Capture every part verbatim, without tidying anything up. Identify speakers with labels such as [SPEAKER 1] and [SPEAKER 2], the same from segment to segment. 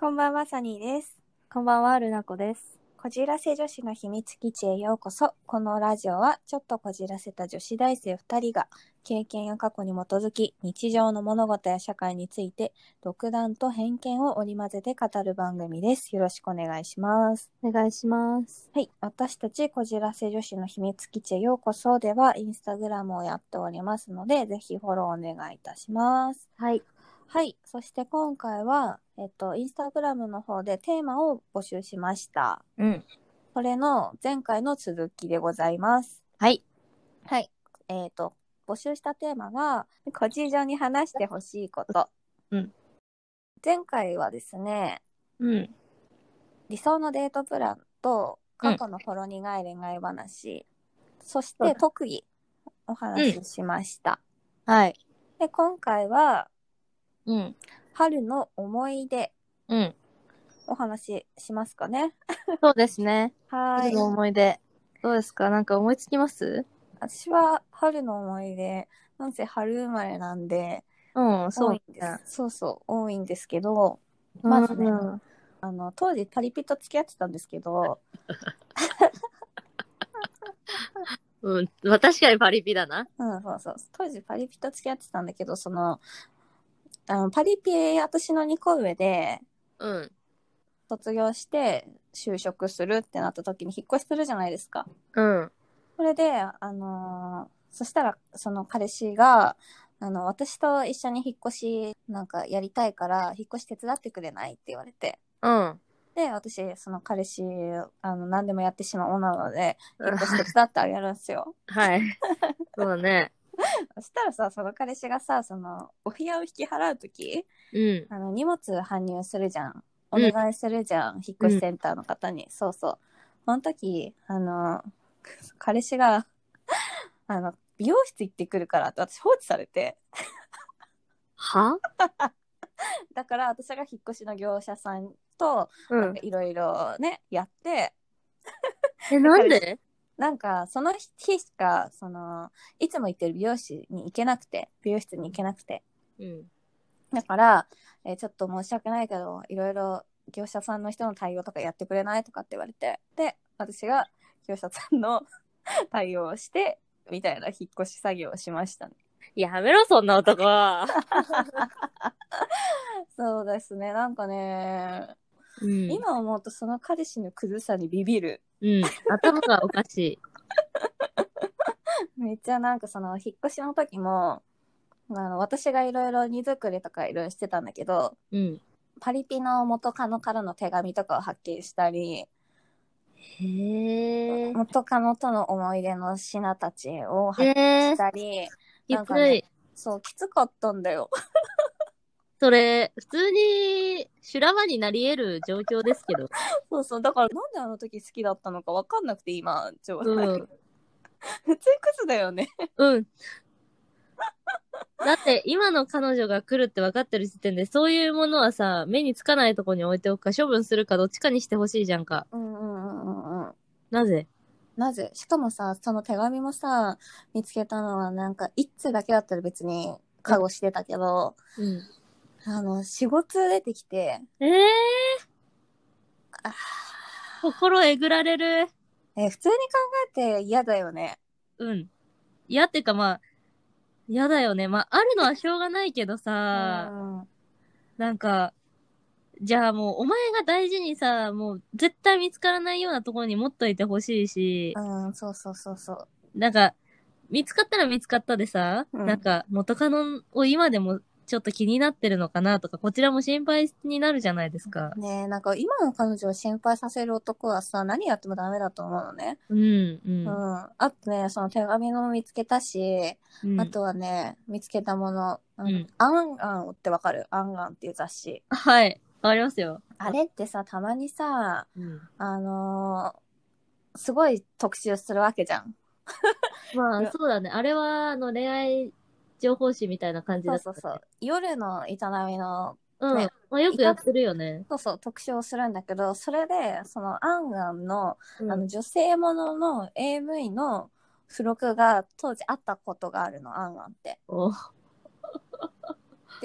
[SPEAKER 1] こんばんは、サニーです。
[SPEAKER 2] こんばんは、ルナコです。
[SPEAKER 1] こじらせ女子の秘密基地へようこそ。このラジオはちょっとこじらせた女子大生ふたりが経験や過去に基づき日常の物事や社会について独断と偏見を織り交ぜて語る番組です。よろしくお願いします。
[SPEAKER 2] お願いします。
[SPEAKER 1] はい、私たちこじらせ女子の秘密基地へようこそではインスタグラムをやっておりますので、ぜひフォローお願いいたします。
[SPEAKER 2] はい。
[SPEAKER 1] はい。そして今回は、えっと、インスタグラムの方でテーマを募集しました。
[SPEAKER 2] うん。
[SPEAKER 1] これの前回の続きでございます。
[SPEAKER 2] はい。
[SPEAKER 1] はい。えっと、募集したテーマが、個人上に話してほしいこと。
[SPEAKER 2] うん。
[SPEAKER 1] 前回はですね、
[SPEAKER 2] うん。
[SPEAKER 1] 理想のデートプランと
[SPEAKER 2] うん。
[SPEAKER 1] 過去のほろ苦い恋愛話、そし
[SPEAKER 2] そうだ。
[SPEAKER 1] て特技お
[SPEAKER 2] う
[SPEAKER 1] 話
[SPEAKER 2] ん。
[SPEAKER 1] ししました。
[SPEAKER 2] はい。
[SPEAKER 1] で、今回は、
[SPEAKER 2] うん。
[SPEAKER 1] 春の思い出
[SPEAKER 2] うん。
[SPEAKER 1] お話ししますかね。
[SPEAKER 2] そうですね。
[SPEAKER 1] はい。
[SPEAKER 2] 春の思い出。どうですか？なんか思いつきます？
[SPEAKER 1] 私は春の思い出、なんせ春生まれなんで、
[SPEAKER 2] うん、そうね。
[SPEAKER 1] 多いんです。そうそう、多いんですけど、
[SPEAKER 2] う
[SPEAKER 1] まずね、
[SPEAKER 2] ん。
[SPEAKER 1] あの、当時パリピと付き合ってたんですけど、
[SPEAKER 2] うん。まあ、確かにパリピだな。
[SPEAKER 1] うん、そうそう、当時パリピと付き合ってたんだけど、その、あのパリピ、私のにこ上で、
[SPEAKER 2] うん。
[SPEAKER 1] 卒業して就職するってなった時に引っ越しするじゃないですか。
[SPEAKER 2] うん。
[SPEAKER 1] それで、あのーそしたら、その彼氏が、あの、私と一緒に引っ越しなんかやりたいから、引っ越し手伝ってくれないって言われて。
[SPEAKER 2] うん。
[SPEAKER 1] で、私、その彼氏、あの、何でもやってしまう女なので、引っ越し手伝ってあげるんですよ。
[SPEAKER 2] はい。そうだね。
[SPEAKER 1] そしたらさ、その彼氏がさ、その、お部屋を引き払うとき、
[SPEAKER 2] うん。
[SPEAKER 1] あの、荷物搬入するじゃん。お
[SPEAKER 2] うん。
[SPEAKER 1] 願いするじゃん。引っ越しセンターの方に。そうそう。その時、あの、彼氏が、あの、美容室行ってくるからって私放置されて。
[SPEAKER 2] は？
[SPEAKER 1] だから私が引っ越しの業者さんと、
[SPEAKER 2] うん。
[SPEAKER 1] なんかいろいろね、やって、
[SPEAKER 2] え、
[SPEAKER 1] で、彼氏、
[SPEAKER 2] なんで？
[SPEAKER 1] なんか、その日しか、その、いつも行ってる美容師に行けなくて、美容室に行けなくて。
[SPEAKER 2] うん。
[SPEAKER 1] だから、えーちょっと申し訳ないけど、いろいろ業者さんの人の対応とかやってくれないとかって言われて、で、私が業者さんの対応をして、みたいな引っ越し作業をしましたね。
[SPEAKER 2] やめろ、そんな男。
[SPEAKER 1] そうですね、なんかね、
[SPEAKER 2] うん。
[SPEAKER 1] 今思うとその彼氏のクズさにビビる。
[SPEAKER 2] うん。頭がおかしい。
[SPEAKER 1] めっちゃなんかその引っ越しの時も、あの私がいろいろ荷造りとかいろいろしてたんだけど、
[SPEAKER 2] うん。
[SPEAKER 1] パリピの元カノからの手紙とかを発見したり、
[SPEAKER 2] へえ。
[SPEAKER 1] 元カノとの思い出の品たちを発見し
[SPEAKER 2] えー、
[SPEAKER 1] たり、
[SPEAKER 2] き
[SPEAKER 1] なんかね、
[SPEAKER 2] つい。
[SPEAKER 1] そう、きつかったんだよ。
[SPEAKER 2] それ、普通に修羅場になり得る状況ですけど。
[SPEAKER 1] そうそう、だからなんであの時好きだったのかわかんなくて今、ちょ、
[SPEAKER 2] うん。
[SPEAKER 1] 普通クズだよね。
[SPEAKER 2] うん。だって今の彼女が来るって分かってる時点で、そういうものはさ、目につかないとこに置いておくか処分するかどっちかにしてほしいじゃんか。
[SPEAKER 1] うんうんうんうんうん。
[SPEAKER 2] なぜ？
[SPEAKER 1] なぜしかもさ、その手紙もさ、見つけたのはなんか一通だけだったら別に
[SPEAKER 2] うん。
[SPEAKER 1] 覚悟してたけど、
[SPEAKER 2] うん。
[SPEAKER 1] あの、仕事出てきて、
[SPEAKER 2] ええ
[SPEAKER 1] あ
[SPEAKER 2] ー、心えぐられる。
[SPEAKER 1] え普通に考えて嫌だよね。
[SPEAKER 2] うん。嫌ってかまあ、嫌だよね。まあ、あるのはしょうがないけど
[SPEAKER 1] う
[SPEAKER 2] さ、
[SPEAKER 1] ん。
[SPEAKER 2] なんか、じゃあもう、お前が大事にさ、もう絶対見つからないようなところに持っといてほしいし、
[SPEAKER 1] うん、そうそうそうそ
[SPEAKER 2] なんか、見つかったら見つかったでさ、
[SPEAKER 1] う。うん。
[SPEAKER 2] なんか、元カノを今でもちょっと気になってるのかなとか、こちらも心配になるじゃないですか。
[SPEAKER 1] ねえ、なんか今の彼女を心配させる男はさ、何やってもダメだと思うのね。
[SPEAKER 2] うん、う
[SPEAKER 1] うん。
[SPEAKER 2] ん、
[SPEAKER 1] あとね、その手紙も見つけたし、
[SPEAKER 2] うん、
[SPEAKER 1] あとはね、見つけたもの、あの、
[SPEAKER 2] うん。
[SPEAKER 1] アンアンってわかる？アンアンっていう雑誌。
[SPEAKER 2] はい、わかりますよ。
[SPEAKER 1] あれってさ、たまにさ、
[SPEAKER 2] うん。
[SPEAKER 1] あのーすごい特集するわけじゃん。
[SPEAKER 2] まあ、
[SPEAKER 1] う
[SPEAKER 2] そうだね。あれは、あの、恋愛情報誌みたいな感じ
[SPEAKER 1] そうそうそう。
[SPEAKER 2] だったね。
[SPEAKER 1] 夜の営みの、
[SPEAKER 2] うん。
[SPEAKER 1] ね、
[SPEAKER 2] まあ、よ
[SPEAKER 1] いた、
[SPEAKER 2] くやってるよね。
[SPEAKER 1] そうそう、特集をするんだけど、それで、そのアンアンの、
[SPEAKER 2] うん。
[SPEAKER 1] あの、女性ものの エーブイ の付録が当時あったことがあるの、アンアンって。
[SPEAKER 2] お、
[SPEAKER 1] で、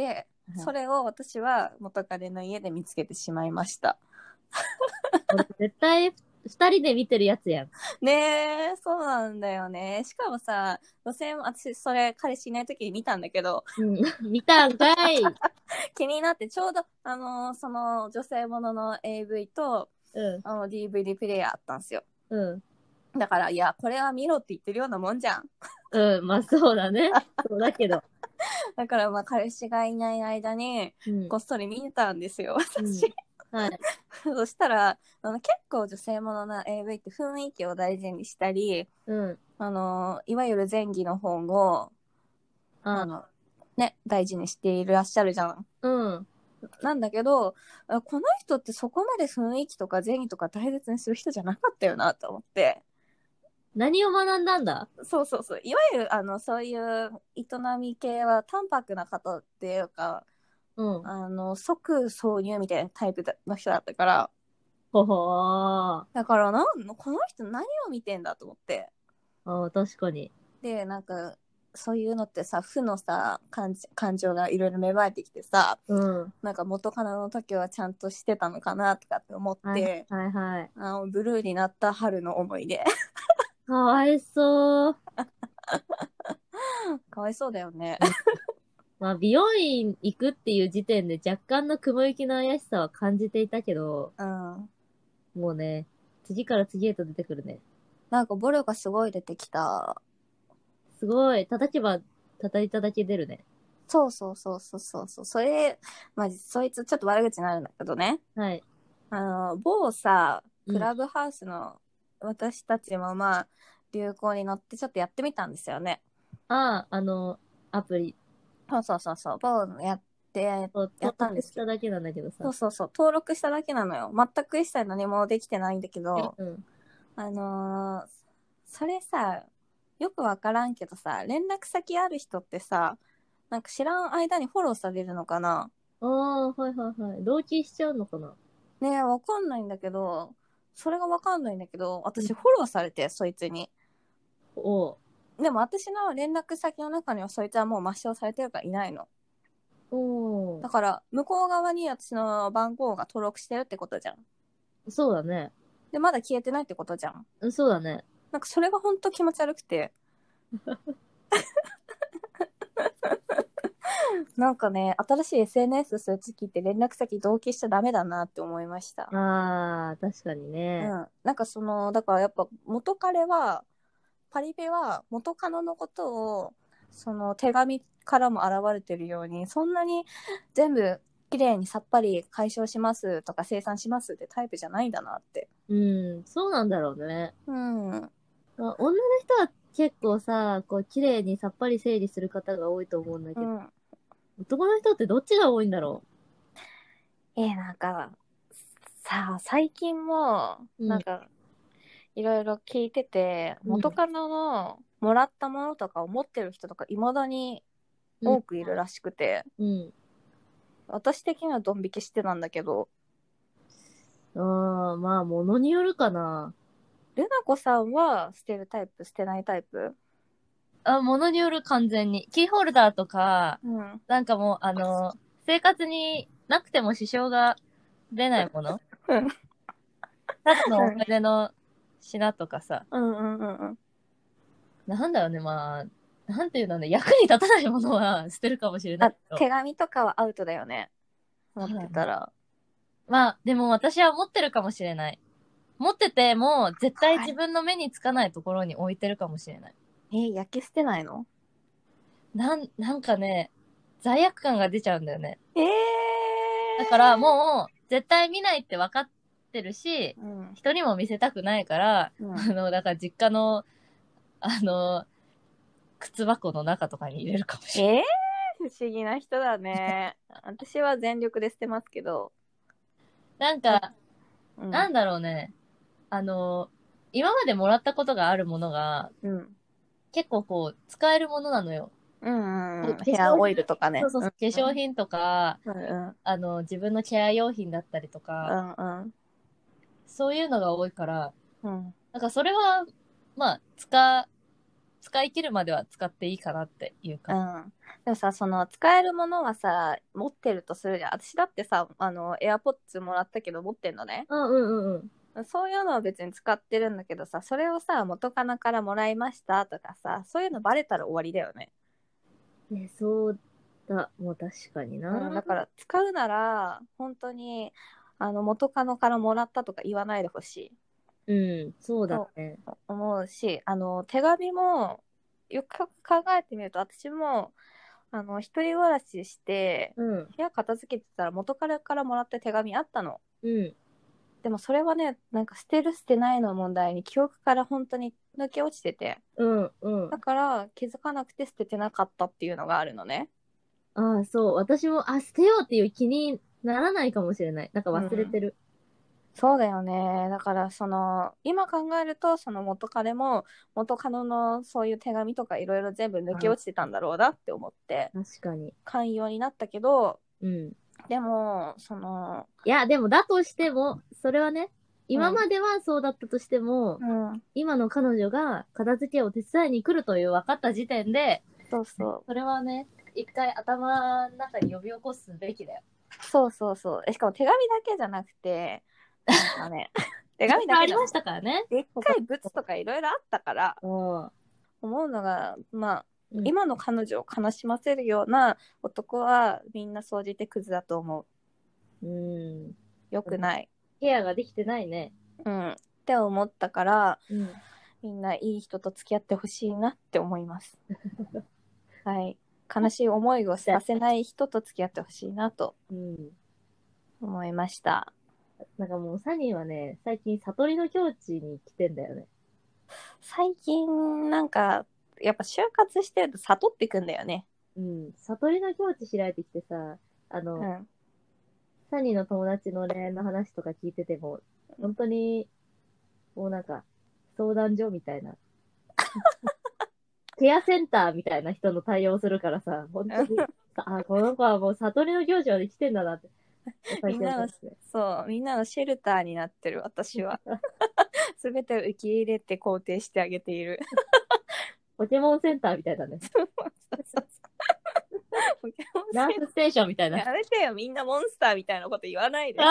[SPEAKER 1] それを私は元彼の家で見つけてしまいました。
[SPEAKER 2] 俺絶対二人で見てるやつやん。
[SPEAKER 1] ねえ、そうなんだよね。しかもさ、女性も、私、それ、彼氏いない時に見たんだけど、
[SPEAKER 2] うん。見たんかい。
[SPEAKER 1] 気になって、ちょうど、あのーその、女性ものの エーブイ と、
[SPEAKER 2] うん。
[SPEAKER 1] あの、ディーブイディー プレイヤーあったんですよ。
[SPEAKER 2] うん。
[SPEAKER 1] だから、いや、これは見ろって言ってるようなもんじゃん。
[SPEAKER 2] うん。まあそうだね。そうだけど。
[SPEAKER 1] だから、まあ、彼氏がいない間に、
[SPEAKER 2] うん。
[SPEAKER 1] こっそり見てたんですよ、
[SPEAKER 2] うん。
[SPEAKER 1] 私。
[SPEAKER 2] はい。
[SPEAKER 1] そしたら、あの結構女性ものの エーブイ って雰囲気を大事にしたり、
[SPEAKER 2] うん。
[SPEAKER 1] あのいわゆる前儀の方をあ
[SPEAKER 2] あ、
[SPEAKER 1] の、ね、大事にしていらっしゃるじゃん。
[SPEAKER 2] うん。
[SPEAKER 1] なんだけど、この人ってそこまで雰囲気とか前儀とか大切にする人じゃなかったよなと思って。
[SPEAKER 2] 何を学んだんだ？
[SPEAKER 1] そうそうそう。いわゆるあのそういう営み系は淡白な方っていうか、
[SPEAKER 2] うん。
[SPEAKER 1] あの即挿入みたいなタイプの人だったから。
[SPEAKER 2] ほほー。
[SPEAKER 1] だからなんこの人何を見てんだと思って。
[SPEAKER 2] ああ、確かに。
[SPEAKER 1] で、なんか、そういうのってさ、負のさ、感じ感情がいろいろ芽生えてきてさ、
[SPEAKER 2] うん。
[SPEAKER 1] なんか元カノの時はちゃんとしてたのかなとかって思っ
[SPEAKER 2] はい
[SPEAKER 1] て、
[SPEAKER 2] はいはい。
[SPEAKER 1] あのブルーになった春の思い出。
[SPEAKER 2] かわいそう。
[SPEAKER 1] かわいそうだよね。
[SPEAKER 2] うん。まあ、美容院行くっていう時点で若干の雲行きの怪しさは感じていたけど、
[SPEAKER 1] うん。
[SPEAKER 2] もうね、次から次へと出てくるね。
[SPEAKER 1] なんかボロがすごい出てきた。
[SPEAKER 2] すごい、叩けば叩いただけ出るね。
[SPEAKER 1] そうそうそうそうそうそう。それ、まあ、そいつちょっと悪口になるんだけどね。
[SPEAKER 2] はい。
[SPEAKER 1] あの、某さ、
[SPEAKER 2] うん。
[SPEAKER 1] クラブハウスの私たちもまあ、流行に乗ってちょっとやってみたんですよね。
[SPEAKER 2] ああ、あの、アプリ、
[SPEAKER 1] そうそうそうそう、某のやって、や
[SPEAKER 2] 登
[SPEAKER 1] ったんですよ。
[SPEAKER 2] 録しただけなんだけどさ。
[SPEAKER 1] そうそうそう、登録しただけなのよ。全く一切何もできてないんだけど、
[SPEAKER 2] うん。
[SPEAKER 1] あのーそれさ、よくわからんけどさ、連絡先ある人ってさ、なんか知らん間にフォローされるのかな？
[SPEAKER 2] ああ、はいはいはい。同期しちゃうのかな？
[SPEAKER 1] ねえ、わかんないんだけど、それがわかんないんだけど、
[SPEAKER 2] うん。
[SPEAKER 1] 私フォローされて、そいつに。
[SPEAKER 2] お
[SPEAKER 1] でも私の連絡先の中にはそいつはもう抹消されてるからいないの。
[SPEAKER 2] お、お
[SPEAKER 1] だから、向こう側に私の番号が登録してるってことじゃん。
[SPEAKER 2] ー。そうだね。
[SPEAKER 1] で、まだ消えてないってことじゃん。
[SPEAKER 2] うん、そうだね。
[SPEAKER 1] なんかそれがほんと気持ち悪くて。なんかね、新しい エスエヌエス するときって連絡先同期しちゃダメだなって思いました。
[SPEAKER 2] ああ、確かにね。
[SPEAKER 1] うん。なんかその、だからやっぱ元彼は、パリペは元カノのことを、その手紙からも現れてるように、そんなに全部綺麗にさっぱり解消しますとか生産しますってタイプじゃないんだなって。
[SPEAKER 2] うん、そうなんだろうね。
[SPEAKER 1] うん。
[SPEAKER 2] まあ、女の人は結構さ、こう、綺麗にさっぱり整理する方が多いと思うんだけど、
[SPEAKER 1] うん。
[SPEAKER 2] 男の人ってどっちが多いんだろ
[SPEAKER 1] えー、なんか、さあ、最近も、
[SPEAKER 2] う？うん、
[SPEAKER 1] なんか、いろいろ聞いてて、
[SPEAKER 2] うん、
[SPEAKER 1] 元カノのもらったものとかを持ってる人とか未だに
[SPEAKER 2] うん、
[SPEAKER 1] 多くいるらしくて、
[SPEAKER 2] うん。
[SPEAKER 1] 私的にはドン引きしてたんだけど、
[SPEAKER 2] ああ、まあ、ものによるかな。
[SPEAKER 1] ルナ子さんは捨てるタイプ、捨てないタイプ？
[SPEAKER 2] あ、ものによる完全に。キーホルダーとか、
[SPEAKER 1] うん。
[SPEAKER 2] なんかもう、あの、生活になくても支障が出ないもの。
[SPEAKER 1] うん。
[SPEAKER 2] ただの思い出の品とかさ。
[SPEAKER 1] うんうんうんうん。
[SPEAKER 2] なんだろうね、まあ、なんていうんだろうね、役に立たないものは捨てるかもしれない
[SPEAKER 1] あ、
[SPEAKER 2] けど。
[SPEAKER 1] 手紙とかはアウトだよね。持ってたら。
[SPEAKER 2] まあ、でも私は持ってるかもしれない。持ってても、絶対
[SPEAKER 1] はい。
[SPEAKER 2] 自分の目につかないところに置いてるかもしれない。
[SPEAKER 1] えー焼き捨てないの？
[SPEAKER 2] なん、なんかね、罪悪感が出ちゃうんだよね。
[SPEAKER 1] えー。
[SPEAKER 2] だからもう、絶対見ないって分かってるし、
[SPEAKER 1] うん。
[SPEAKER 2] 人にも見せたくないから、
[SPEAKER 1] うん。
[SPEAKER 2] あの、だから実家の、あの、靴箱の中とかに入れるかもしれない。
[SPEAKER 1] えー、不思議な人だね。私は全力で捨てますけど。
[SPEAKER 2] なん
[SPEAKER 1] あ、
[SPEAKER 2] か、
[SPEAKER 1] うん。
[SPEAKER 2] なんだろうね。あの、今までもらったことがあるものが、
[SPEAKER 1] うん。
[SPEAKER 2] 結構こう、使えるものなのよ。
[SPEAKER 1] うんうんうん。
[SPEAKER 2] こう化
[SPEAKER 1] ヘアオイ
[SPEAKER 2] 粧品、
[SPEAKER 1] ルとかね。
[SPEAKER 2] そうそうそう、化粧品とか、
[SPEAKER 1] うんうん。
[SPEAKER 2] あの、自分のケア用品だったりと
[SPEAKER 1] う
[SPEAKER 2] か、
[SPEAKER 1] んうん。
[SPEAKER 2] そういうのが多いから、
[SPEAKER 1] うん。
[SPEAKER 2] なんかそれは、まあ、使、 使い切るまでは使っていいかなっていう
[SPEAKER 1] う
[SPEAKER 2] か。
[SPEAKER 1] ん。でもさ、その使えるものはさ、持ってるとするじゃん。私だってさ、あの、AirPods もらったけど持ってんのね。
[SPEAKER 2] あ、うんうんうん。
[SPEAKER 1] そういうのは別に使ってるんだけどさ、それをさ、元カノからもらいましたとかさ、そういうのバレたら終わりだよね。
[SPEAKER 2] ね、そうだ、もう確かにな。
[SPEAKER 1] うん、だから使うなら、本当に、あの、元カノからもらったとか言わないでほしい。
[SPEAKER 2] うん、そうだ
[SPEAKER 1] と
[SPEAKER 2] ね。
[SPEAKER 1] 思うし、あの、手紙も、よく考えてみると、私も、あの、一人暮らしして、
[SPEAKER 2] うん、
[SPEAKER 1] 部屋片付けてたら元彼からもらった手紙あったの。
[SPEAKER 2] うん、
[SPEAKER 1] でもそれはね、なんか捨てる捨てないの問題に記憶から本当に抜け落ちてて、
[SPEAKER 2] うん、うん。
[SPEAKER 1] だから気づかなくて捨ててなかったっていうのがあるのね。
[SPEAKER 2] ああ、そう。私も、あ、捨てようっていう気にならないかもしれない。なんか忘れてる。
[SPEAKER 1] そうだよね。だからその今考えるとその元彼も元カノのそういう手紙とかいろいろ全部抜け落ちてたんだろうなって思って
[SPEAKER 2] 確かに。
[SPEAKER 1] 寛容になったけど、
[SPEAKER 2] うん。
[SPEAKER 1] でもその
[SPEAKER 2] いや、でもだとしても、それはね、今
[SPEAKER 1] うん
[SPEAKER 2] まではそうだったとしても、
[SPEAKER 1] うん
[SPEAKER 2] 今の彼女が片付けを手伝いに来るという分かった時点で、
[SPEAKER 1] そうそう
[SPEAKER 2] それはね、一回頭の中に呼び起こすべきだよ。
[SPEAKER 1] そうそうそうえしかも手紙だけじゃなくてなんかね手紙だけじゃない
[SPEAKER 2] ありましたからね。
[SPEAKER 1] でっかいブツとかいろいろあったから
[SPEAKER 2] うん。
[SPEAKER 1] 思うのがまあ
[SPEAKER 2] うん、
[SPEAKER 1] 今の彼女を悲しませるような男はみんな総じてクズだと思う。
[SPEAKER 2] うん。
[SPEAKER 1] よくない。
[SPEAKER 2] ケアができてないね。
[SPEAKER 1] うんって思ったから
[SPEAKER 2] うん。
[SPEAKER 1] みんないい人と付き合ってほしいなって思いますはい悲しい思いをさせない人と付き合ってほしいなと
[SPEAKER 2] うん。
[SPEAKER 1] 思いました。
[SPEAKER 2] なんかもうサニーはね、最近悟りの境地に来てんだよね。
[SPEAKER 1] 最近なんかやっぱ就活してると悟ってくんだよね。
[SPEAKER 2] うん。悟りの境地開いてきてさ、あの、
[SPEAKER 1] うん
[SPEAKER 2] サニーの友達の恋愛の話とか聞いてても、本当に、もうなんか、相談所みたいな、ケアセンターみたいな人の対応するからさ、本当に、あ、この子はもう悟りの境地まで来てんだなって、最
[SPEAKER 1] みんなの
[SPEAKER 2] 近思って。
[SPEAKER 1] そうみんなのシェルターになってる私はすべてを受け入れて肯定してあげている
[SPEAKER 2] ポケモンセンターみたいだね。
[SPEAKER 1] そうそうそうポケモン
[SPEAKER 2] ナースステーションみたいな。
[SPEAKER 1] やめてよみんなモンスターみたいなこと言わないで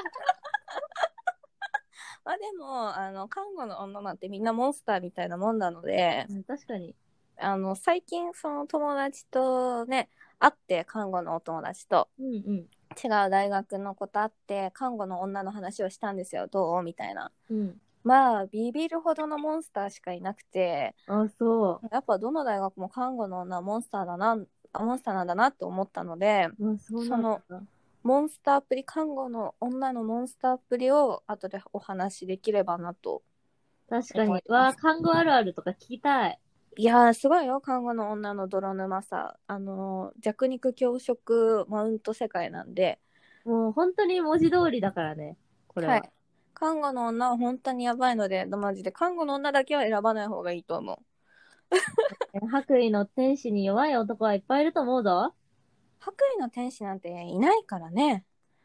[SPEAKER 1] まあでもあの看護の女なんてみんなモンスターみたいなもんなので、
[SPEAKER 2] 確かに。
[SPEAKER 1] あの最近その友達とね会って看護のお友達と
[SPEAKER 2] うんうん。
[SPEAKER 1] 違う大学の子と会って看護の女の話をしたんですよどうみたいな。
[SPEAKER 2] うん。
[SPEAKER 1] まあビビるほどのモンスターしかいなくて、
[SPEAKER 2] あ、そ
[SPEAKER 1] やっぱどの大学も看護の女はモンスターだなあモンスターなんだなと思ったので、
[SPEAKER 2] う。あ、そうなんだ。
[SPEAKER 1] そのモンスターっぷり看護の女のモンスターっぷりを後でお話しできればなと
[SPEAKER 2] 確かに。
[SPEAKER 1] 思います。
[SPEAKER 2] わあ、看護あるあるとか聞きたい。
[SPEAKER 1] いやーすごいよ看護の女の泥沼さ。あのー弱肉強食マウント世界なんで、
[SPEAKER 2] もう本当に文字通りだからね。これは。
[SPEAKER 1] はい看護の女は本当にやばいのでマジで看護の女だけは選ばない方がいいと思う。
[SPEAKER 2] 白衣の天使に弱い男はいっぱいいると思うぞ。
[SPEAKER 1] 白衣の天使なんていないからね。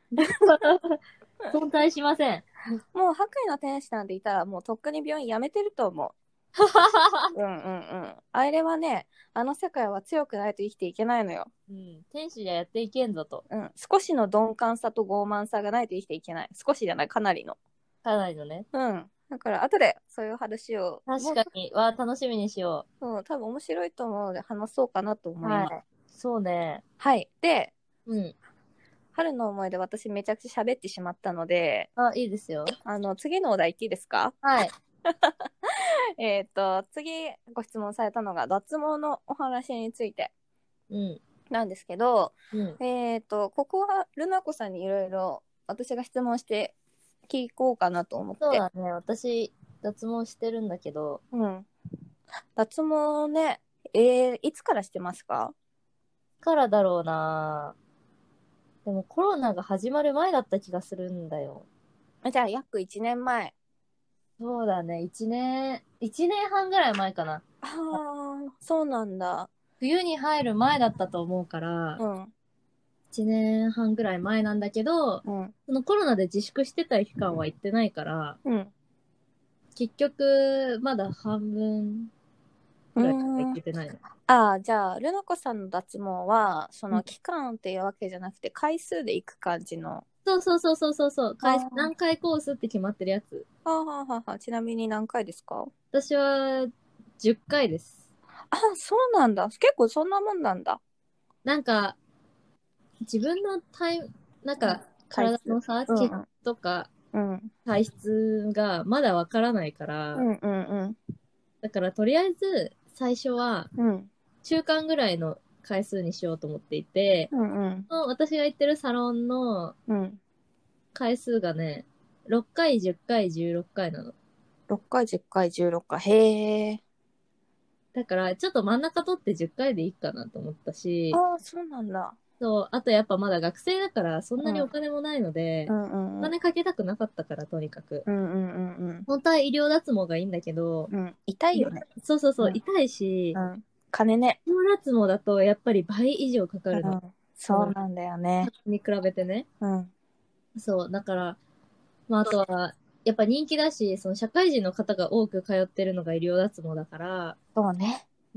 [SPEAKER 2] 存在しません。
[SPEAKER 1] もう白衣の天使なんていたらもうとっくに病院辞めてると思う。うんうんうん。あれはね、あの世界は強くないと生きていけないのよ。
[SPEAKER 2] うん。天使じゃやっていけんぞと。
[SPEAKER 1] うん。少しの鈍感さと傲慢さがないと生きていけない。少しじゃない、かなりの。
[SPEAKER 2] かなりのね。
[SPEAKER 1] うん。だから後でそういう話を。
[SPEAKER 2] 確かに。わあ、楽しみにしよ
[SPEAKER 1] もう、うん、多分面白いと思うので話そうかなと思
[SPEAKER 2] う。
[SPEAKER 1] います。
[SPEAKER 2] はい。そうね。
[SPEAKER 1] はい。で、
[SPEAKER 2] うん。
[SPEAKER 1] 春の思い出私めちゃくちゃ喋ってしまったので、
[SPEAKER 2] あ、いいですよ。
[SPEAKER 1] あの、次のお題言っていいですか？
[SPEAKER 2] はい。
[SPEAKER 1] えっと、次ご質問されたのが脱毛のお話について
[SPEAKER 2] うん。
[SPEAKER 1] なんですけど、
[SPEAKER 2] うん。
[SPEAKER 1] えっと、ここはルナコさんにいろいろ私が質問して聞こうかなと思って。
[SPEAKER 2] そうだね。私、脱毛してるんだけど。
[SPEAKER 1] うん。脱毛ね、えー、いつからしてますか？
[SPEAKER 2] いつからだろうな。でもコロナが始まる前だった気がするんだよ。
[SPEAKER 1] じゃあ約いちねんまえ。
[SPEAKER 2] そうだね。一年、一年半ぐらい前かな。
[SPEAKER 1] ああ、そうなんだ。
[SPEAKER 2] 冬に入る前だったと思うから、
[SPEAKER 1] うん。
[SPEAKER 2] 一年半ぐらい前なんだけど、
[SPEAKER 1] うん。
[SPEAKER 2] そのコロナで自粛してた期間は行ってないから、
[SPEAKER 1] うん。
[SPEAKER 2] 結局、まだ半分くらいしか行けてないの。
[SPEAKER 1] ああ、じゃあ、ルナコさんの脱毛は、その期間っていうわけじゃなくて、回数で行く感じの。
[SPEAKER 2] そうそうそうそうそうそう。回
[SPEAKER 1] あ
[SPEAKER 2] 何回コースって決まってるやつ。
[SPEAKER 1] あ、はあ、はあ、はあ、ちなみに何回ですか？
[SPEAKER 2] 私はじゅっかいです。
[SPEAKER 1] あ、そうなんだ。結構そんなもんなんだ。
[SPEAKER 2] なんか、自分のタイム、なんか、
[SPEAKER 1] 回数。
[SPEAKER 2] 体のさ、
[SPEAKER 1] うん
[SPEAKER 2] 血とか
[SPEAKER 1] うん。うん。
[SPEAKER 2] 体質がまだわからないから、
[SPEAKER 1] うんうんうん。
[SPEAKER 2] だからとりあえず最初は
[SPEAKER 1] うん。
[SPEAKER 2] 中間ぐらいの回数にしようと思っていて、
[SPEAKER 1] うんうん。
[SPEAKER 2] 私が行ってるサロンの
[SPEAKER 1] うん。
[SPEAKER 2] 回数がね、ろっかい、じゅっかい、じゅうろっかいなの。
[SPEAKER 1] ろっかい、じゅっかい、じゅうろっかい。へえ。
[SPEAKER 2] だからちょっと真ん中取ってじゅっかいでいいかなと思ったし、
[SPEAKER 1] ああ、そうなんだ。
[SPEAKER 2] そう、あとやっぱまだ学生だからそんなに
[SPEAKER 1] うん。
[SPEAKER 2] お金もないので、
[SPEAKER 1] うんうんうん。
[SPEAKER 2] お金かけたくなかったからとにかく。
[SPEAKER 1] うんうんうん
[SPEAKER 2] 本当は医療脱毛がいいんだけど、
[SPEAKER 1] うん。うん。痛いよね。
[SPEAKER 2] そうそうそう、
[SPEAKER 1] うん。
[SPEAKER 2] 痛いし、
[SPEAKER 1] うん。金ね。
[SPEAKER 2] 医療脱毛だとやっぱり倍以上かかるの。
[SPEAKER 1] うん。そうなんだよね。
[SPEAKER 2] に比べてね。
[SPEAKER 1] うん。
[SPEAKER 2] そう、だから、まああとは、やっぱ人気だし、その社会人の方が多く通ってるのが医療脱毛だから、
[SPEAKER 1] そうね。
[SPEAKER 2] うん。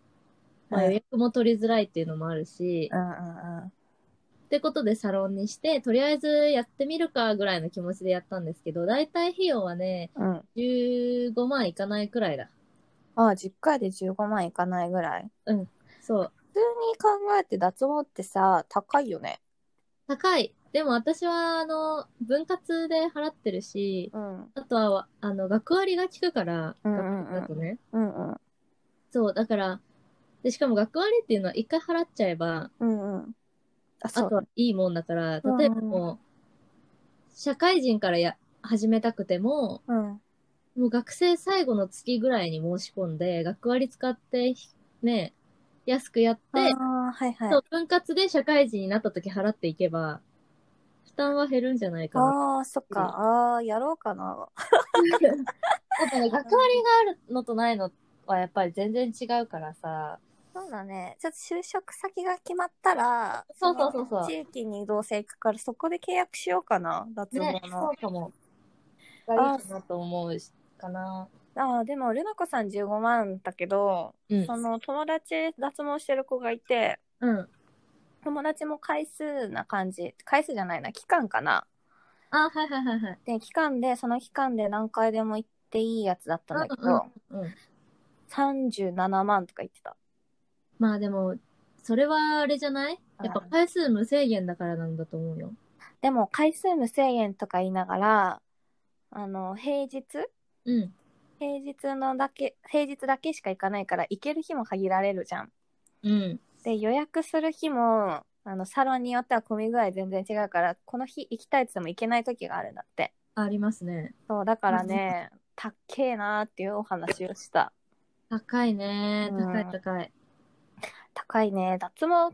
[SPEAKER 1] うん。うん
[SPEAKER 2] まあ予約も取りづらいっていうのもあるし、
[SPEAKER 1] うんうん。
[SPEAKER 2] ってことでサロンにして、とりあえずやってみるかぐらいの気持ちでやったんですけど、だいたい費用はね、
[SPEAKER 1] うん。
[SPEAKER 2] じゅうごまんいかないくらいだ。
[SPEAKER 1] ああ、じゅっかいでじゅうごまんいかないぐらい。
[SPEAKER 2] うん。そう。
[SPEAKER 1] 普通に考えて脱毛ってさ、高いよね。
[SPEAKER 2] 高い。でも私は、あの、分割で払ってるし、
[SPEAKER 1] うん。
[SPEAKER 2] あとは、あの、学割が効くから、
[SPEAKER 1] うんう
[SPEAKER 2] 学
[SPEAKER 1] んうん。
[SPEAKER 2] 割だとね。
[SPEAKER 1] うんうん。
[SPEAKER 2] そう、だから、で、しかも学割っていうのは一回払っちゃえば、
[SPEAKER 1] うんうん。あ、
[SPEAKER 2] あとは
[SPEAKER 1] そう。
[SPEAKER 2] いいもんだから、
[SPEAKER 1] う
[SPEAKER 2] 例えば
[SPEAKER 1] んうん。
[SPEAKER 2] もう、社会人からや、始めたくても、
[SPEAKER 1] うん。
[SPEAKER 2] もう学生最後の月ぐらいに申し込んで、学割使って、ね、安くやっ
[SPEAKER 1] あ
[SPEAKER 2] て、
[SPEAKER 1] あ、はいはい。
[SPEAKER 2] そう、分割で社会人になった時払っていけば、負担は減るんじゃないかな。
[SPEAKER 1] ああ、そっか。ああ、やろうかな。
[SPEAKER 2] やっぱね、学割があるのとないのはやっぱり全然違うからさ。
[SPEAKER 1] そうだね。ちょっと就職先が決まったら、
[SPEAKER 2] そ
[SPEAKER 1] その
[SPEAKER 2] うそうそうそ
[SPEAKER 1] 地域にどうせ行くから、そこで契約しようかな。
[SPEAKER 2] う。ね、
[SPEAKER 1] 脱毛の。
[SPEAKER 2] そうかも。がいい
[SPEAKER 1] あ
[SPEAKER 2] かなと思うしかな。
[SPEAKER 1] あ、でも、ルナコさんじゅうごまんだけど、
[SPEAKER 2] うん。
[SPEAKER 1] その友達脱毛してる子がいて、
[SPEAKER 2] うん。
[SPEAKER 1] 友達も回数な感じ。回数じゃないな、期間かな。
[SPEAKER 2] あ、はいはいはいはい。
[SPEAKER 1] で、期間で、その期間で何回でも行っていいやつだったんだけ
[SPEAKER 2] うん
[SPEAKER 1] ど、
[SPEAKER 2] うんうん。
[SPEAKER 1] さんじゅうななまんとか言ってた。
[SPEAKER 2] まあでも、それはあれじゃない
[SPEAKER 1] うん、
[SPEAKER 2] やっぱ回数無制限だからなんだと思うよ。
[SPEAKER 1] でも、回数無制限とか言いながら、あの、平日
[SPEAKER 2] うん。
[SPEAKER 1] 平日のだけ、平日だけしか行かないから、行ける日も限られるじゃん。
[SPEAKER 2] うん。
[SPEAKER 1] で、予約する日も、あの、サロンによっては混み具合全然違うから、この日行きたいって言っても行けない時があるんだって。
[SPEAKER 2] ありますね。
[SPEAKER 1] そう、だからね、たっけえなーっていうお話をした。
[SPEAKER 2] 高いね。
[SPEAKER 1] うん、
[SPEAKER 2] 高い高い。
[SPEAKER 1] 高いね。脱毛って、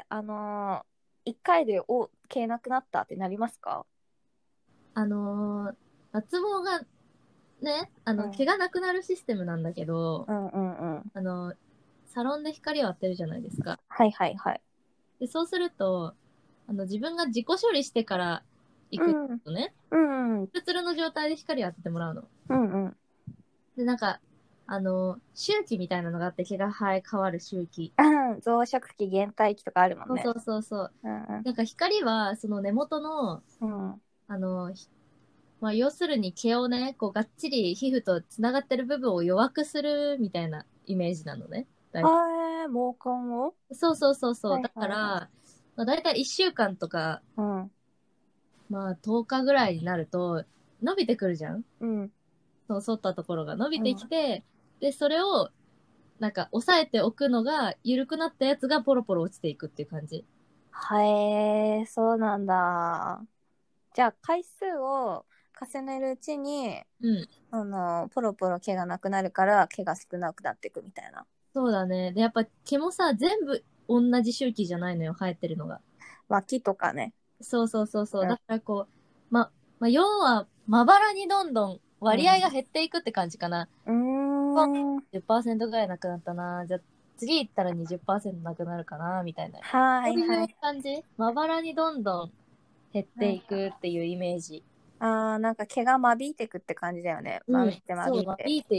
[SPEAKER 1] あのー、いっかいでお毛なくなったってなりますか？
[SPEAKER 2] あのー、脱毛がね、あの、
[SPEAKER 1] うん、
[SPEAKER 2] 毛がなくなるシステムなんだけど、
[SPEAKER 1] うんうんうん。
[SPEAKER 2] あの、サロンで光を当てるじゃないですか。
[SPEAKER 1] はいはいはい。
[SPEAKER 2] で、そうすると、あの、自分が自己処理してから行く
[SPEAKER 1] うん、
[SPEAKER 2] とね、
[SPEAKER 1] うんうん、
[SPEAKER 2] ツルツルの状態で光を当ててもらうの。
[SPEAKER 1] うんうん。
[SPEAKER 2] で、なんか、あの、周期みたいなのがあって、毛が生え変わる周期。
[SPEAKER 1] うん増殖期、減退期とかあるもんね。
[SPEAKER 2] そうそうそうそう。
[SPEAKER 1] うん
[SPEAKER 2] なんか光は、その根元の、
[SPEAKER 1] うんうん
[SPEAKER 2] あの、ひまあ、要するに毛をね、こう、がっちり皮膚と繋がってる部分を弱くするみたいなイメージなのね。だい
[SPEAKER 1] あー、毛根を
[SPEAKER 2] そうそうそうそう。
[SPEAKER 1] はい
[SPEAKER 2] だから、
[SPEAKER 1] はいはい。
[SPEAKER 2] まあ、だいたいいっしゅうかんとか、
[SPEAKER 1] うん。
[SPEAKER 2] まあ、とおかぐらいになると、伸びてくるじゃん。
[SPEAKER 1] うん。
[SPEAKER 2] その、反ったところが伸びてき
[SPEAKER 1] うん。
[SPEAKER 2] て、で、それを、なんか、押さえておくのが、緩くなったやつがポロポロ落ちていくっていう感じ。
[SPEAKER 1] はえー、そうなんだ。じゃあ、回数を重ねるうちに、
[SPEAKER 2] うん。
[SPEAKER 1] あの、ポロポロ毛がなくなるから、毛が少なくなっていくみたいな。
[SPEAKER 2] そうだね。で、やっぱ毛もさ、全部同じ周期じゃないのよ、生えてるのが。
[SPEAKER 1] 脇とかね。
[SPEAKER 2] そうそうそうそう。
[SPEAKER 1] うん。
[SPEAKER 2] だからこう、ま、まあ、要は、まばらにどんどん割合が減っていくって感じかな。
[SPEAKER 1] うーん。
[SPEAKER 2] じゅっパーセントぐらいなくなったな。じゃあ、次行ったらにじゅっパーセントなくなるかな、みたいな。そういう
[SPEAKER 1] はいはい。
[SPEAKER 2] 感じまばらにどんどん減っていくっていうイメージ。
[SPEAKER 1] あー、なんか毛が間引いてくって感じだよね。
[SPEAKER 2] うん。
[SPEAKER 1] 間引いて間
[SPEAKER 2] そう、
[SPEAKER 1] 引いて。
[SPEAKER 2] 間引いていく。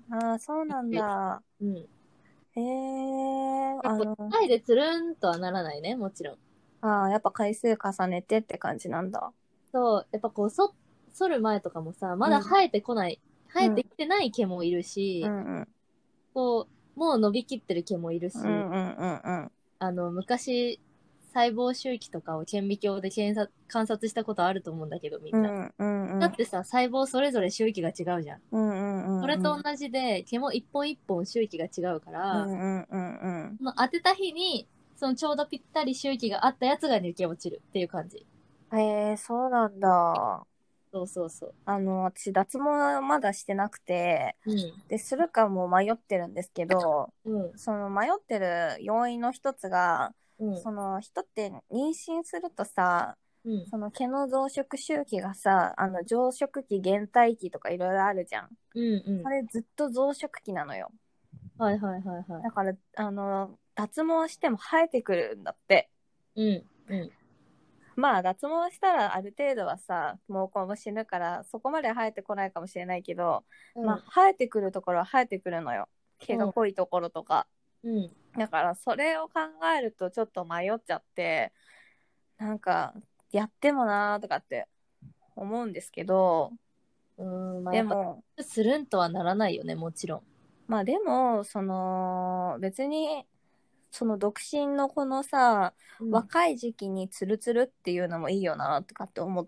[SPEAKER 1] ああ、そうなんだ。
[SPEAKER 2] うん。
[SPEAKER 1] へえ、あ
[SPEAKER 2] 結構、
[SPEAKER 1] の、
[SPEAKER 2] 一回でつるんとはならないね、もちろん。
[SPEAKER 1] ああ、やっぱ回数重ねてって感じなんだ。
[SPEAKER 2] そう、やっぱこう、そ、剃る前とかもさ、ま
[SPEAKER 1] うん、
[SPEAKER 2] だ生えてこない、生
[SPEAKER 1] うん、
[SPEAKER 2] えてきてない毛もいるし、
[SPEAKER 1] うん、うん、
[SPEAKER 2] こう、もう伸びきってる毛もいる
[SPEAKER 1] うん、
[SPEAKER 2] し、
[SPEAKER 1] うん、うん、
[SPEAKER 2] あの、昔、細胞周期とかを顕微鏡で検査観察したことあると思うんだけど、みんな。
[SPEAKER 1] うん、うん、うん、
[SPEAKER 2] だってさ、細胞それぞれ周期が違うじゃん。
[SPEAKER 1] うん、うん、うん、
[SPEAKER 2] それと同じで、毛も一本一本周期が違うか
[SPEAKER 1] うん、
[SPEAKER 2] ら、
[SPEAKER 1] うん、うん、
[SPEAKER 2] その当てた日に、そのちょうどぴったり周期があったやつが抜け落ちるっていう感じ。
[SPEAKER 1] うん。へえ、そうなんだ。
[SPEAKER 2] そうそうそう。
[SPEAKER 1] あの、私、脱毛まだしてなくて、
[SPEAKER 2] うん。
[SPEAKER 1] で、するかも迷ってるんですけど、
[SPEAKER 2] うん。
[SPEAKER 1] その迷ってる要因の一つが、
[SPEAKER 2] うん。
[SPEAKER 1] その人って妊娠するとさ、
[SPEAKER 2] うん。
[SPEAKER 1] その毛の増殖周期がさ、あの増殖期、減退期とかいろいろあるじゃん。
[SPEAKER 2] うん。うん。
[SPEAKER 1] それずっと増殖期なのよ。
[SPEAKER 2] はいはいはいはい。
[SPEAKER 1] だから、あの、脱毛しても生えてくるんだって。
[SPEAKER 2] うん。うん。
[SPEAKER 1] まあ、脱毛したらある程度はさ、毛根も死ぬから、そこまで生えてこないかもしれないけど、まあ、
[SPEAKER 2] うん。
[SPEAKER 1] 生えてくるところは生えてくるのよ。毛が
[SPEAKER 2] うん。
[SPEAKER 1] 濃いところとか。
[SPEAKER 2] うん。
[SPEAKER 1] だから、それを考えるとちょっと迷っちゃって、なんか、やってもなーとかって思うんですけど、
[SPEAKER 2] うん。まあやっぱ、
[SPEAKER 1] でも、
[SPEAKER 2] するんとはならないよね、もちろん。
[SPEAKER 1] まあでも、その、別に、その独身のこのさ、
[SPEAKER 2] うん。
[SPEAKER 1] 若い時期にツルツルっていうのもいいよなとかって思って、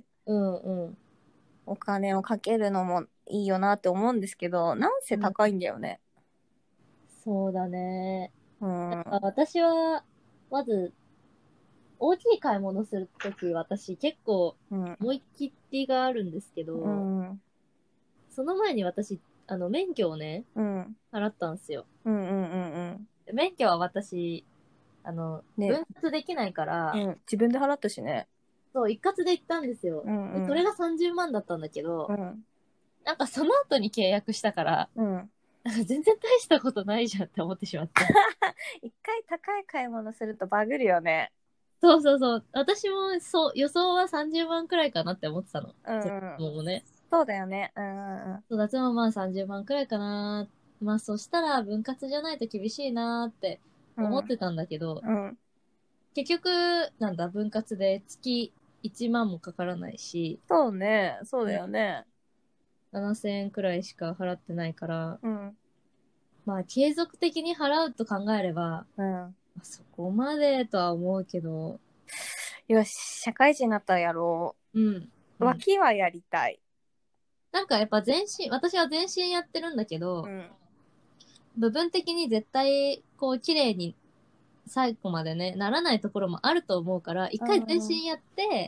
[SPEAKER 2] うん。うん。
[SPEAKER 1] お金をかけるのもいいよなって思うんですけど、なんせ
[SPEAKER 2] うん。
[SPEAKER 1] 高いんだよね。
[SPEAKER 2] そうだね。
[SPEAKER 1] うん。
[SPEAKER 2] あ、私は、まず、大きい買い物するとき、私結構
[SPEAKER 1] うん。
[SPEAKER 2] 思い切りがあるんですけ
[SPEAKER 1] う
[SPEAKER 2] ど、
[SPEAKER 1] ん。
[SPEAKER 2] その前に私、あの、免許をね、
[SPEAKER 1] うん。
[SPEAKER 2] 払ったんですよ。
[SPEAKER 1] うん。うん。うん。
[SPEAKER 2] 免許は私、あの、
[SPEAKER 1] ね、
[SPEAKER 2] 分割できないから、
[SPEAKER 1] うん。自分で払ったしね。
[SPEAKER 2] そう、一括で行ったんですよ。
[SPEAKER 1] う
[SPEAKER 2] で、
[SPEAKER 1] ん。うん。
[SPEAKER 2] それがさんじゅうまんだったんだけど、
[SPEAKER 1] うん。
[SPEAKER 2] なんかその後に契約したから、
[SPEAKER 1] うん。
[SPEAKER 2] なんか全然大したことないじゃんって思ってしまって。
[SPEAKER 1] 一回高い買い物するとバグるよね。
[SPEAKER 2] そうそうそう。私も、そう、予想はさんじゅうまんくらいかなって思ってたの。
[SPEAKER 1] う
[SPEAKER 2] そう、
[SPEAKER 1] ん。
[SPEAKER 2] もうね。
[SPEAKER 1] そうだよね。うん。うん。
[SPEAKER 2] そう、脱毛まあさんじゅうまんくらいかな。まあそしたら分割じゃないと厳しいなって
[SPEAKER 1] うん。
[SPEAKER 2] 思ってたんだけど、
[SPEAKER 1] うん。
[SPEAKER 2] 結局、なんだ、分割で月いちまんもかからないし、
[SPEAKER 1] そうね。そうだ
[SPEAKER 2] うん、
[SPEAKER 1] よね。
[SPEAKER 2] ななせんえんくらいしか払ってないから、
[SPEAKER 1] うん。
[SPEAKER 2] まあ継続的に払うと考えれば、
[SPEAKER 1] うん。
[SPEAKER 2] まあそこまでとは思うけど、
[SPEAKER 1] よし、社会人になったらやろ
[SPEAKER 2] うん。
[SPEAKER 1] う。
[SPEAKER 2] うん。
[SPEAKER 1] 脇はやりたい。
[SPEAKER 2] なんかやっぱ全身、私は全身やってるんだけど、
[SPEAKER 1] うん。
[SPEAKER 2] 部分的に絶対、こう、綺麗に最後までね、ならないところもあると思うから、一
[SPEAKER 1] う
[SPEAKER 2] 回全
[SPEAKER 1] ん。
[SPEAKER 2] 身やって、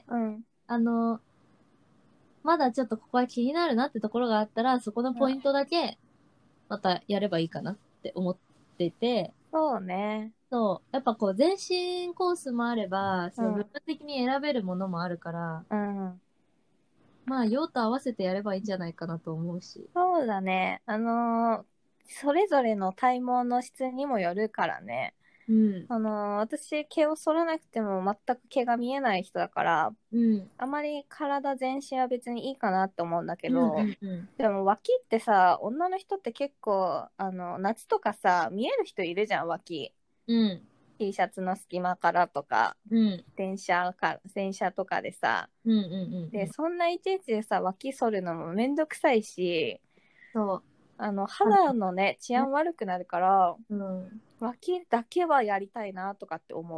[SPEAKER 1] うん。
[SPEAKER 2] あの、まだちょっとここは気になるなってところがあったら、そこのポイントだけ、またやればいいかなって思ってて、
[SPEAKER 1] そうね。
[SPEAKER 2] そう、やっぱこう、全身コースもあれば、その部
[SPEAKER 1] うん。
[SPEAKER 2] 分的に選べるものもあるから、
[SPEAKER 1] うん。
[SPEAKER 2] まあ、用途合わせてやればいいんじゃないかなと思うし。
[SPEAKER 1] そうだね。あのーそれぞれの体毛の質にもよるからね。
[SPEAKER 2] うん。
[SPEAKER 1] あのー私、毛を剃らなくても全く毛が見えない人だから、
[SPEAKER 2] うん。
[SPEAKER 1] あまり体全身は別にいいかなって思うんだけ
[SPEAKER 2] うんう
[SPEAKER 1] ど、
[SPEAKER 2] んうん。
[SPEAKER 1] でも脇ってさ、女の人って結構、あの、夏とかさ、見える人いるじゃん、脇。
[SPEAKER 2] うん。
[SPEAKER 1] T シャツの隙間からとか、
[SPEAKER 2] うん。
[SPEAKER 1] 電車か、電車とかでさ。
[SPEAKER 2] うんうんうんう
[SPEAKER 1] で、
[SPEAKER 2] ん。
[SPEAKER 1] そんないちいちでさ、脇剃るのもめんどくさいし、
[SPEAKER 2] そう。
[SPEAKER 1] あの、
[SPEAKER 2] あの
[SPEAKER 1] 肌のね、治
[SPEAKER 2] ね、
[SPEAKER 1] 安悪くなるから、
[SPEAKER 2] うん。
[SPEAKER 1] 脇だけはやりたいなとかって思って、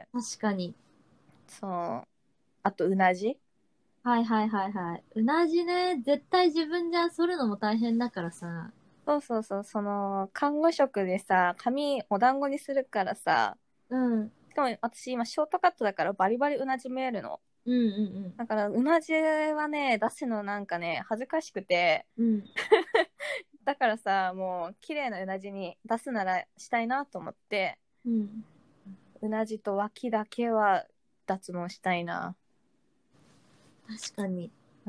[SPEAKER 2] 確かに。
[SPEAKER 1] そう、あと、うなじ
[SPEAKER 2] はいはいはいはい。うなじね、絶対自分じゃ剃るのも大変だからさ。
[SPEAKER 1] そうそうそう、その、看護職でさ、髪お団子にするからさ、
[SPEAKER 2] うん。
[SPEAKER 1] しかも私今ショートカットだからバリバリうなじ見えるの。
[SPEAKER 2] うんうん
[SPEAKER 1] だからうなじはね、出すのなんかね、恥ずかしくて、
[SPEAKER 2] うん。うん。
[SPEAKER 1] だからさ、もう綺麗なうなじに出すならしたいなと思って、
[SPEAKER 2] うん。
[SPEAKER 1] うなじと脇だけは脱毛したいな。
[SPEAKER 2] 確かに。
[SPEAKER 1] うん。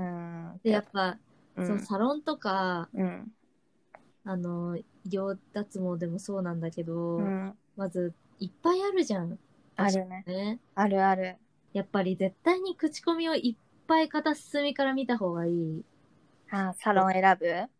[SPEAKER 1] っ
[SPEAKER 2] で、
[SPEAKER 1] て、
[SPEAKER 2] やっぱ、その
[SPEAKER 1] うん。
[SPEAKER 2] サロンとか、
[SPEAKER 1] うん。
[SPEAKER 2] あの、医療脱毛でもそうなんだけど、
[SPEAKER 1] うん。
[SPEAKER 2] まず、いっぱいあるじゃん。場所
[SPEAKER 1] あるね。
[SPEAKER 2] ね。
[SPEAKER 1] あるある。
[SPEAKER 2] やっぱり絶対に口コミをいっぱい片隅から見た方がいい。
[SPEAKER 1] あ、サロン選ぶ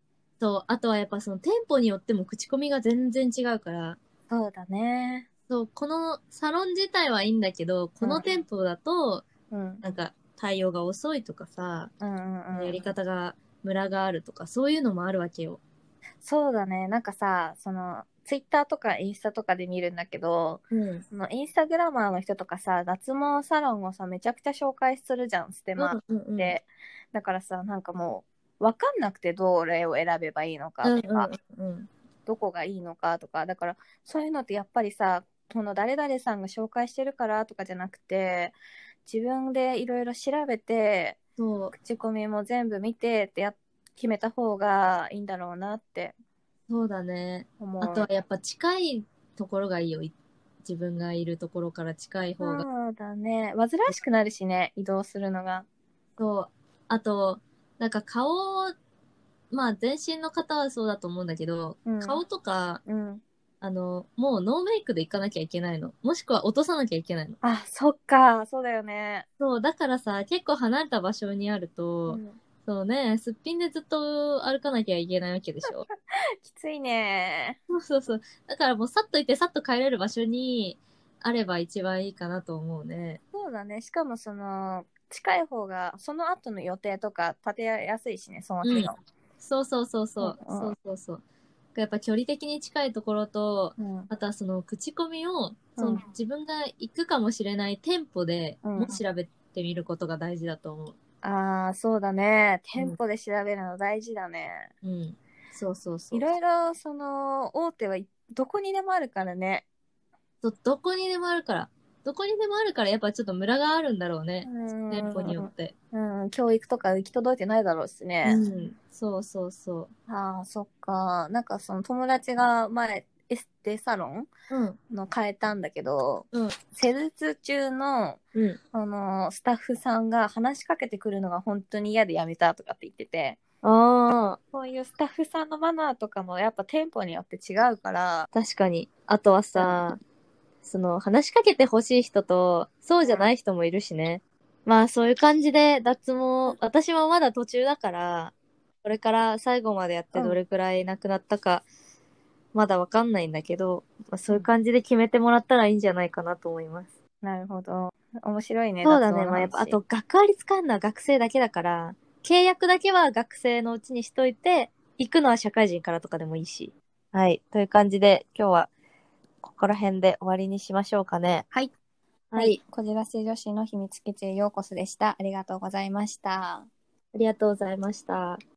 [SPEAKER 2] そう、あとはやっぱその店舗によっても口コミが全然違うから、
[SPEAKER 1] そうだね。
[SPEAKER 2] そう、このサロン自体はいいんだけど、この店舗だと、
[SPEAKER 1] うん。
[SPEAKER 2] なんか対応が遅いとかさ、
[SPEAKER 1] うんうんうん。
[SPEAKER 2] やり方がムラがあるとか、そういうのもあるわけよ。
[SPEAKER 1] そうだね。なんかさ、その、ツイッターとかインスタとかで見るんだけど、
[SPEAKER 2] うん。
[SPEAKER 1] そのインスタグラマーの人とかさ、脱毛サロンをさ、めちゃくちゃ紹介するじゃん、ステマ
[SPEAKER 2] うんうんうん。
[SPEAKER 1] で。だからさ、なんかもう、わかんなくてどれを選べばいいのか
[SPEAKER 2] うん
[SPEAKER 1] とか、
[SPEAKER 2] うんうん。
[SPEAKER 1] どこがいいのかとか、だからそういうのってやっぱりさ、この誰々さんが紹介してるからとかじゃなくて、自分でいろいろ調べて、
[SPEAKER 2] そう、
[SPEAKER 1] 口コミも全部見てってや決めた方がいいんだろうなって
[SPEAKER 2] そうだね。
[SPEAKER 1] 思う。
[SPEAKER 2] あとはやっぱ近いところがいいよ。い自分がいるところから近い方が。
[SPEAKER 1] そうだね。煩わしくなるしね、移動するのが。
[SPEAKER 2] そう。あと、なんか顔、まあ全身の方はそうだと思うんだけど、
[SPEAKER 1] うん
[SPEAKER 2] 顔とか、
[SPEAKER 1] うん。
[SPEAKER 2] あの、もうノーメイクで行かなきゃいけないの。もしくは落とさなきゃいけないの。
[SPEAKER 1] あ、そっか、そうだよね。
[SPEAKER 2] そう、だからさ、結構離れた場所にあると、
[SPEAKER 1] うん、
[SPEAKER 2] そうね、すっぴんでずっと歩かなきゃいけないわけでしょ。
[SPEAKER 1] きついね。
[SPEAKER 2] そうそうそう。だからもうさっと行ってさっと帰れる場所にあれば一番いいかなと思うね。
[SPEAKER 1] そうだね。しかもその、近い方が、その後の予定とか立てやすいしね、その
[SPEAKER 2] うん。
[SPEAKER 1] 日の。
[SPEAKER 2] そうそうそうそう。
[SPEAKER 1] うんうん
[SPEAKER 2] そうそうそう。やっぱ距離的に近いところと、
[SPEAKER 1] うん。
[SPEAKER 2] あとはその口コミを、そ
[SPEAKER 1] うん
[SPEAKER 2] の自分が行くかもしれない店舗で
[SPEAKER 1] うん
[SPEAKER 2] も調べてみることが大事だと思う。
[SPEAKER 1] ああ、そうだね。店
[SPEAKER 2] うん。
[SPEAKER 1] 舗で調べるの大事だね。
[SPEAKER 2] うん。そうそうそう。
[SPEAKER 1] いろいろ、その、大手はいどこにでもあるからね。
[SPEAKER 2] ど、どこにでもあるから。どこにでもあるからやっぱちょっとムラがあるんだろうね。
[SPEAKER 1] う
[SPEAKER 2] 店舗によっ
[SPEAKER 1] ん、
[SPEAKER 2] て。
[SPEAKER 1] うん、教育とか行き届いてないだろうしね。
[SPEAKER 2] うん。そうそうそ
[SPEAKER 1] ああ、そっか。なんかその友達が前、エステサロン
[SPEAKER 2] う。うん。
[SPEAKER 1] の変えたんだけど、
[SPEAKER 2] うん。
[SPEAKER 1] 施術中の、
[SPEAKER 2] うん。
[SPEAKER 1] あの、スタッフさんが話しかけてくるのが本当に嫌でやめたとかって言ってて、
[SPEAKER 2] ああ、
[SPEAKER 1] そういうスタッフさんのマナーとかもやっぱ店舗によって違うから、
[SPEAKER 2] 確かに。あとはさ、その、話しかけてほしい人と、そうじゃない人もいるしね。まあ、そういう感じで、脱毛、私もまだ途中だから、これから最後までやってどれくらいなくなったか、まだわかんないんだけど、まあ、そういう感じで決めてもらったらいいんじゃないかなと思います。
[SPEAKER 1] なるほど。面白いね、
[SPEAKER 2] そうだね。
[SPEAKER 1] 脱毛の話。
[SPEAKER 2] まあ、やっぱ、あと、学割使うのは学生だけだから、契約だけは学生のうちにしといて、行くのは社会人からとかでもいいし。はい。という感じで、今日は、ここら辺で終わりにしましょうかね。
[SPEAKER 1] はい。
[SPEAKER 2] は。
[SPEAKER 1] はいい。こじらせ女子の秘密基地へようこそでした。ありがとうございました。
[SPEAKER 2] ありがとうございました。